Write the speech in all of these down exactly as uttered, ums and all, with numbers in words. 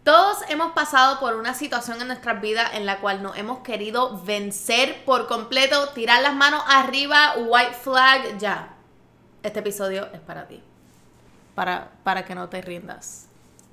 Todos hemos pasado por una situación en nuestras vidas en la cual nos hemos querido vencer por completo, tirar las manos arriba, white flag, ya. Este episodio es para ti, para, para que no te rindas.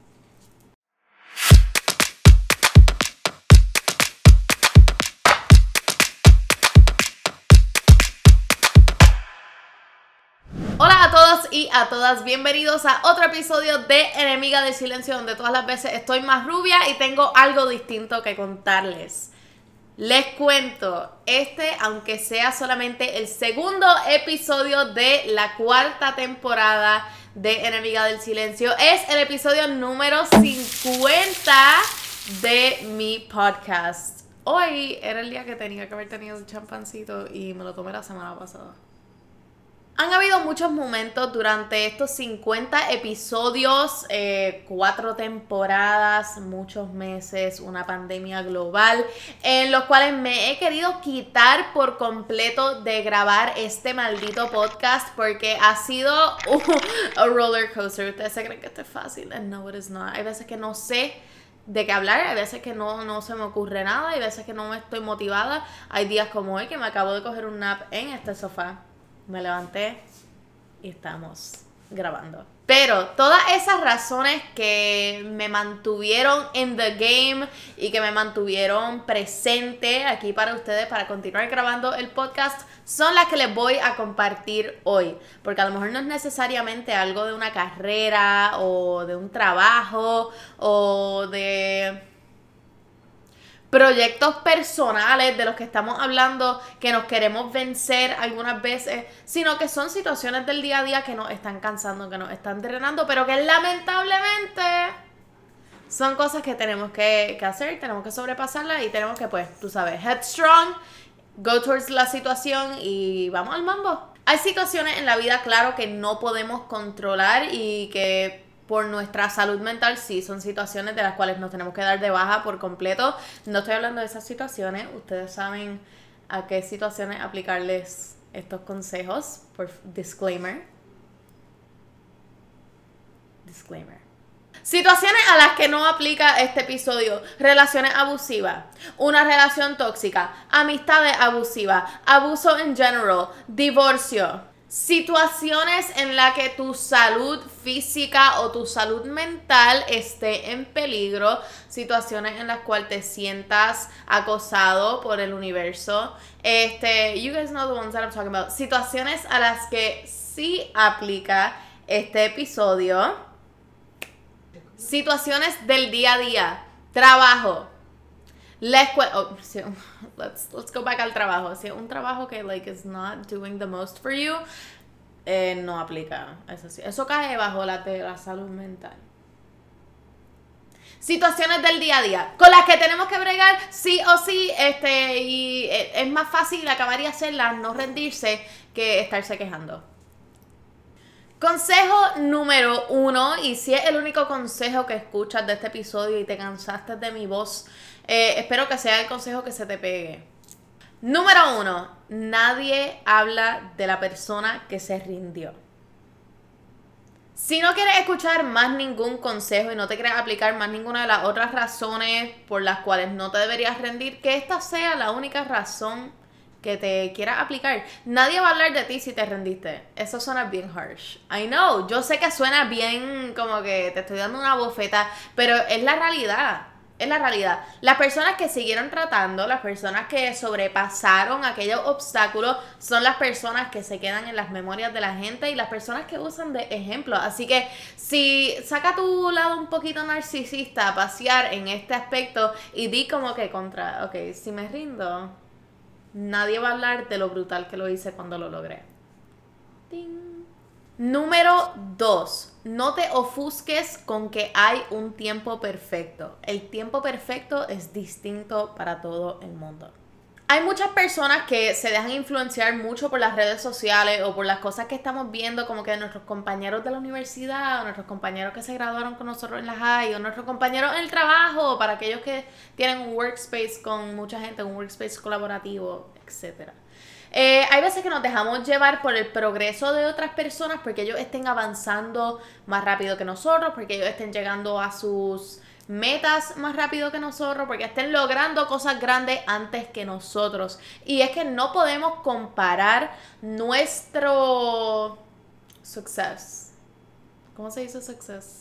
Hola a todos y a todas, bienvenidos a otro episodio de Enemiga del Silencio, donde todas las veces estoy más rubia y tengo algo distinto que contarles. Les cuento, este, aunque sea solamente el segundo episodio de la cuarta temporada de Enemiga del Silencio, es el episodio número cincuenta de mi podcast. Hoy era el día que tenía que haber tenido un champancito y me lo tomé la semana pasada. Han habido muchos momentos durante estos cincuenta episodios, eh, cuatro temporadas, muchos meses, una pandemia global, en los cuales me he querido quitar por completo de grabar este maldito podcast porque ha sido uh, a roller coaster. Ustedes se creen que esto es fácil, and no, it is not. Hay veces que no sé de qué hablar, hay veces que no, no se me ocurre nada, hay veces que no estoy motivada. Hay días como hoy que me acabo de coger un nap en este sofá. Me levanté y estamos grabando. Pero todas esas razones que me mantuvieron in the game y que me mantuvieron presente aquí para ustedes para continuar grabando el podcast son las que les voy a compartir hoy. Porque a lo mejor no es necesariamente algo de una carrera o de un trabajo o de proyectos personales de los que estamos hablando, que nos queremos vencer algunas veces, sino que son situaciones del día a día que nos están cansando, que nos están drenando, pero que lamentablemente son cosas que tenemos que, que hacer, tenemos que sobrepasarlas y tenemos que, pues, tú sabes, headstrong, go towards la situación y vamos al mambo. Hay situaciones en la vida, claro, que no podemos controlar y que por nuestra salud mental sí son situaciones de las cuales nos tenemos que dar de baja por completo. No estoy hablando de esas situaciones, ustedes saben a qué situaciones aplicarles estos consejos, por disclaimer. Disclaimer. Situaciones a las que no aplica este episodio: relaciones abusivas, una relación tóxica, amistades abusivas, abuso en general, divorcio. Situaciones en las que tu salud física o tu salud mental esté en peligro. Situaciones en las cuales te sientas acosado por el universo. Este, you guys know the ones that I'm talking about. Situaciones a las que sí aplica este episodio. Situaciones del día a día. Trabajo. La escuela, oh, sí, let's, let's go back al trabajo. Si es un trabajo que like is not doing the most for you, eh, no aplica. Eso sí, eso cae bajo la de la salud mental. Situaciones del día a día con las que tenemos que bregar sí o sí, este, y es más fácil acabar y hacerlas, no rendirse, que estarse quejando. Consejo número uno, y si es el único consejo que escuchas de este episodio y te cansaste de mi voz, eh, espero que sea el consejo que se te pegue. Número uno, nadie habla de la persona que se rindió. Si no quieres escuchar más ningún consejo y no te quieres aplicar más ninguna de las otras razones por las cuales no te deberías rendir, que esta sea la única razón que te quieras aplicar. Nadie va a hablar de ti si te rendiste. Eso suena bien harsh. I know, yo sé que suena bien como que te estoy dando una bofeta, pero es la realidad. Es la realidad. Las personas que siguieron tratando, las personas que sobrepasaron aquellos obstáculos, son las personas que se quedan en las memorias de la gente y las personas que usan de ejemplo. Así que si saca tu lado un poquito narcisista a pasear en este aspecto y di como que contra, ok, si me rindo, nadie va a hablar de lo brutal que lo hice cuando lo logré. ¡Ting! Número dos. No te ofusques con que hay un tiempo perfecto. El tiempo perfecto es distinto para todo el mundo. Hay muchas personas que se dejan influenciar mucho por las redes sociales o por las cosas que estamos viendo, como que nuestros compañeros de la universidad, o nuestros compañeros que se graduaron con nosotros en la high, o nuestros compañeros en el trabajo, para aquellos que tienen un workspace con mucha gente, un workspace colaborativo, etcétera. Eh, hay veces que nos dejamos llevar por el progreso de otras personas porque ellos estén avanzando más rápido que nosotros, porque ellos estén llegando a sus metas más rápido que nosotros, porque estén logrando cosas grandes antes que nosotros. Y es que no podemos comparar nuestro success. ¿Cómo se dice success?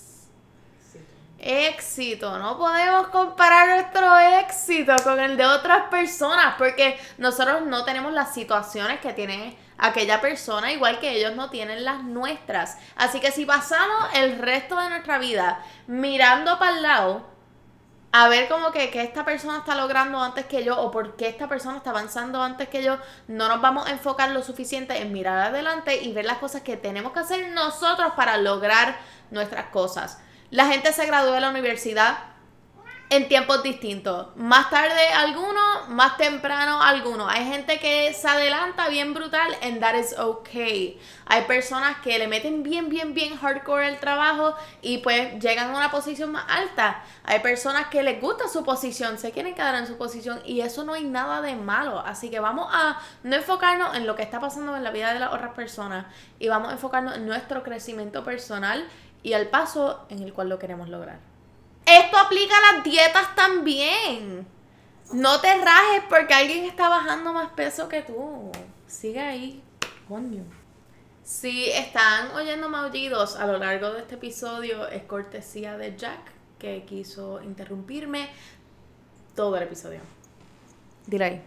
Éxito, no podemos comparar nuestro éxito con el de otras personas porque nosotros no tenemos las situaciones que tiene aquella persona, igual que ellos no tienen las nuestras. Así que si pasamos el resto de nuestra vida mirando para el lado a ver como que, que esta persona está logrando antes que yo o por qué esta persona está avanzando antes que yo, no nos vamos a enfocar lo suficiente en mirar adelante y ver las cosas que tenemos que hacer nosotros para lograr nuestras cosas. La gente se gradúa de la universidad en tiempos distintos. Más tarde algunos, más temprano algunos. Hay gente que se adelanta bien brutal and that is okay. Hay personas que le meten bien, bien, bien hardcore el trabajo y pues llegan a una posición más alta. Hay personas que les gusta su posición, se quieren quedar en su posición y eso no hay nada de malo. Así que vamos a no enfocarnos en lo que está pasando en la vida de las otras personas y vamos a enfocarnos en nuestro crecimiento personal y al paso en el cual lo queremos lograr. Esto aplica a las dietas también. No te rajes porque alguien está bajando más peso que tú. Sigue ahí. Coño. Si están oyendo maullidos a lo largo de este episodio, es cortesía de Jack, que quiso interrumpirme todo el episodio. Dile ahí.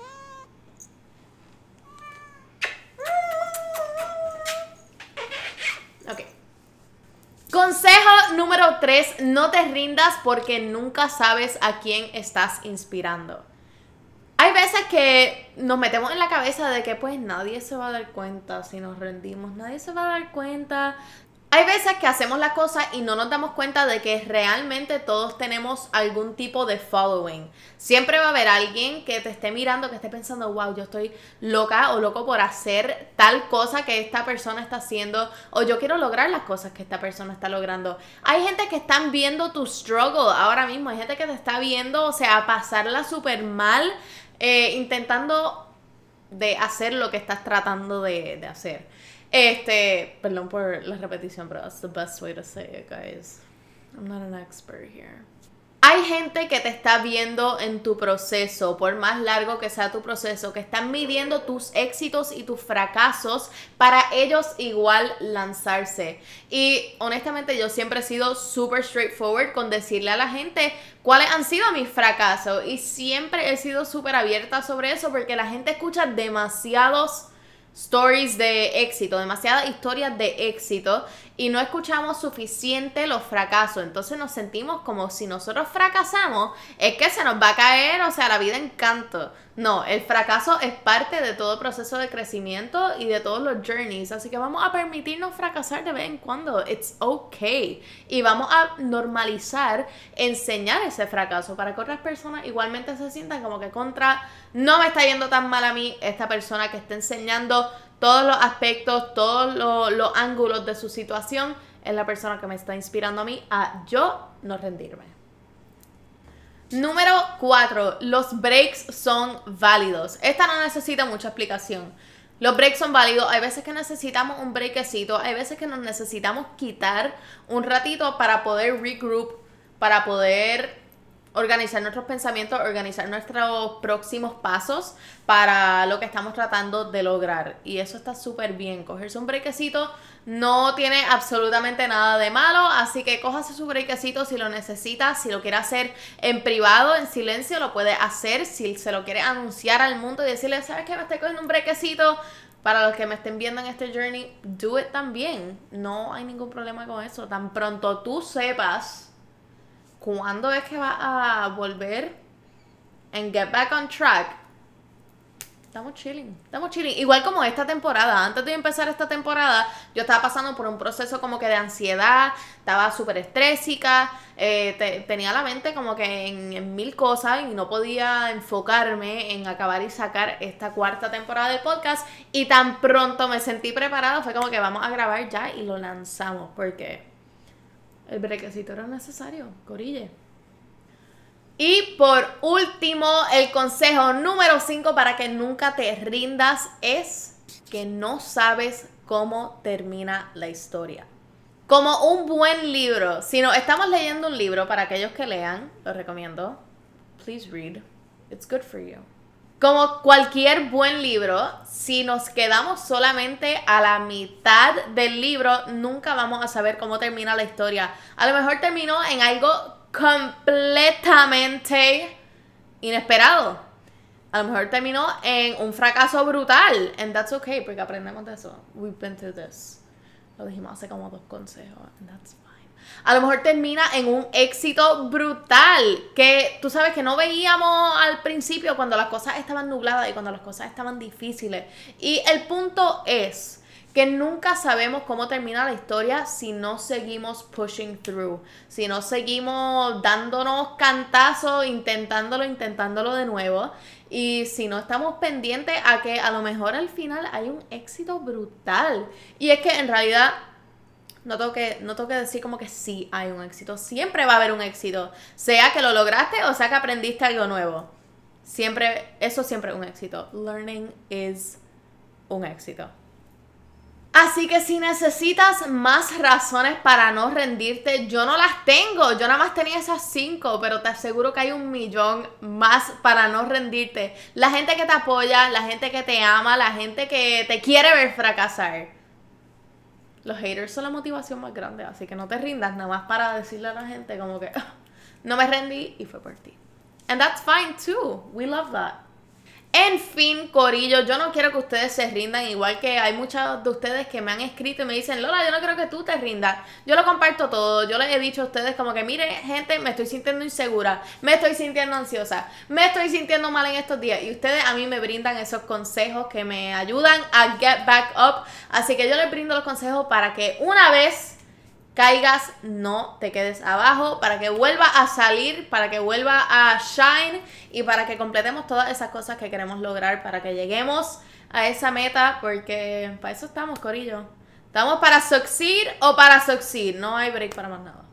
Ok. Consejo número tres, no te rindas porque nunca sabes a quién estás inspirando. Hay veces que nos metemos en la cabeza de que pues nadie se va a dar cuenta si nos rendimos, nadie se va a dar cuenta. Hay veces que hacemos las cosas y no nos damos cuenta de que realmente todos tenemos algún tipo de following. Siempre va a haber alguien que te esté mirando, que esté pensando, wow, yo estoy loca o loco por hacer tal cosa que esta persona está haciendo, o yo quiero lograr las cosas que esta persona está logrando. Hay gente que están viendo tu struggle ahora mismo, hay gente que te está viendo, o sea, pasarla súper mal, eh, intentando de hacer lo que estás tratando de, de hacer. Este, perdón por la repetición, pero that's the best way to say it, guys. I'm not an expert here. Hay gente que te está viendo en tu proceso, por más largo que sea tu proceso, que están midiendo tus éxitos y tus fracasos para ellos igual lanzarse. Y honestamente yo siempre he sido súper straightforward con decirle a la gente cuáles han sido mis fracasos. Y siempre he sido súper abierta sobre eso porque la gente escucha demasiados stories de éxito, demasiadas historias de éxito y no escuchamos suficiente los fracasos, entonces nos sentimos como si nosotros fracasamos, es que se nos va a caer, o sea, la vida en canto. No, el fracaso es parte de todo proceso de crecimiento y de todos los journeys, así que vamos a permitirnos fracasar de vez en cuando, it's okay, y vamos a normalizar enseñar ese fracaso para que otras personas igualmente se sientan como que contra, no me está yendo tan mal a mí esta persona que está enseñando todos los aspectos, todos los, los ángulos de su situación, es la persona que me está inspirando a mí a yo no rendirme. Número cuatro. Los breaks son válidos. Esta no necesita mucha explicación. Los breaks son válidos. Hay veces que necesitamos un breakcito. Hay veces que nos necesitamos quitar un ratito para poder regroup, para poder organizar nuestros pensamientos, organizar nuestros próximos pasos para lo que estamos tratando de lograr. Y eso está súper bien. Cogerse un breakcito no tiene absolutamente nada de malo, así que cójase su breakcito si lo necesita, si lo quiere hacer en privado, en silencio, lo puede hacer. Si se lo quiere anunciar al mundo y decirle, ¿sabes qué? Me estoy cogiendo un breakcito. Para los que me estén viendo en este journey, do it también. No hay ningún problema con eso. Tan pronto tú sepas ¿cuándo es que va a volver and get back on track? Estamos chilling, estamos chilling. Igual como esta temporada, antes de empezar esta temporada, yo estaba pasando por un proceso como que de ansiedad, estaba súper estrésica, eh, te, tenía la mente como que en, en mil cosas y no podía enfocarme en acabar y sacar esta cuarta temporada del podcast. Y tan pronto me sentí preparada, fue como que vamos a grabar ya y lo lanzamos, porque el brequecito era necesario, corille. Y por último, el consejo número cinco para que nunca te rindas es que no sabes cómo termina la historia. Como un buen libro. Si no estamos leyendo un libro, para aquellos que lean, lo recomiendo. Please read. It's good for you. Como cualquier buen libro, si nos quedamos solamente a la mitad del libro, nunca vamos a saber cómo termina la historia. A lo mejor terminó en algo completamente inesperado. A lo mejor terminó en un fracaso brutal. And that's okay, porque aprendemos de eso. We've been through this. Lo dijimos hace como dos consejos. And that's fine. A lo mejor termina en un éxito brutal. Que tú sabes que no veíamos al principio cuando las cosas estaban nubladas y cuando las cosas estaban difíciles. Y el punto es que nunca sabemos cómo termina la historia si no seguimos pushing through. Si no seguimos dándonos cantazos, intentándolo, intentándolo de nuevo. Y si no estamos pendientes a que a lo mejor al final hay un éxito brutal. Y es que en realidad no tengo que, no tengo que decir como que sí hay un éxito. Siempre va a haber un éxito. Sea que lo lograste o sea que aprendiste algo nuevo. Siempre, eso siempre es un éxito. Learning is un éxito. Así que si necesitas más razones para no rendirte, yo no las tengo. Yo nada más tenía esas cinco, pero te aseguro que hay un millón más para no rendirte. La gente que te apoya, la gente que te ama, la gente que te quiere ver fracasar. Los haters son la motivación más grande, así que no te rindas nada más para decirle a la gente como que no me rendí y fue por ti. And that's fine too. We love that. En fin, corillo, yo no quiero que ustedes se rindan, igual que hay muchos de ustedes que me han escrito y me dicen, Lola, yo no quiero que tú te rindas. Yo lo comparto todo, yo les he dicho a ustedes como que, mire, gente, me estoy sintiendo insegura, me estoy sintiendo ansiosa, me estoy sintiendo mal en estos días. Y ustedes a mí me brindan esos consejos que me ayudan a get back up. Así que yo les brindo los consejos para que una vez caigas, no te quedes abajo, para que vuelva a salir, para que vuelva a shine y para que completemos todas esas cosas que queremos lograr, para que lleguemos a esa meta, porque para eso estamos, corillo. Estamos para succeed o para succeed, no hay break para más nada.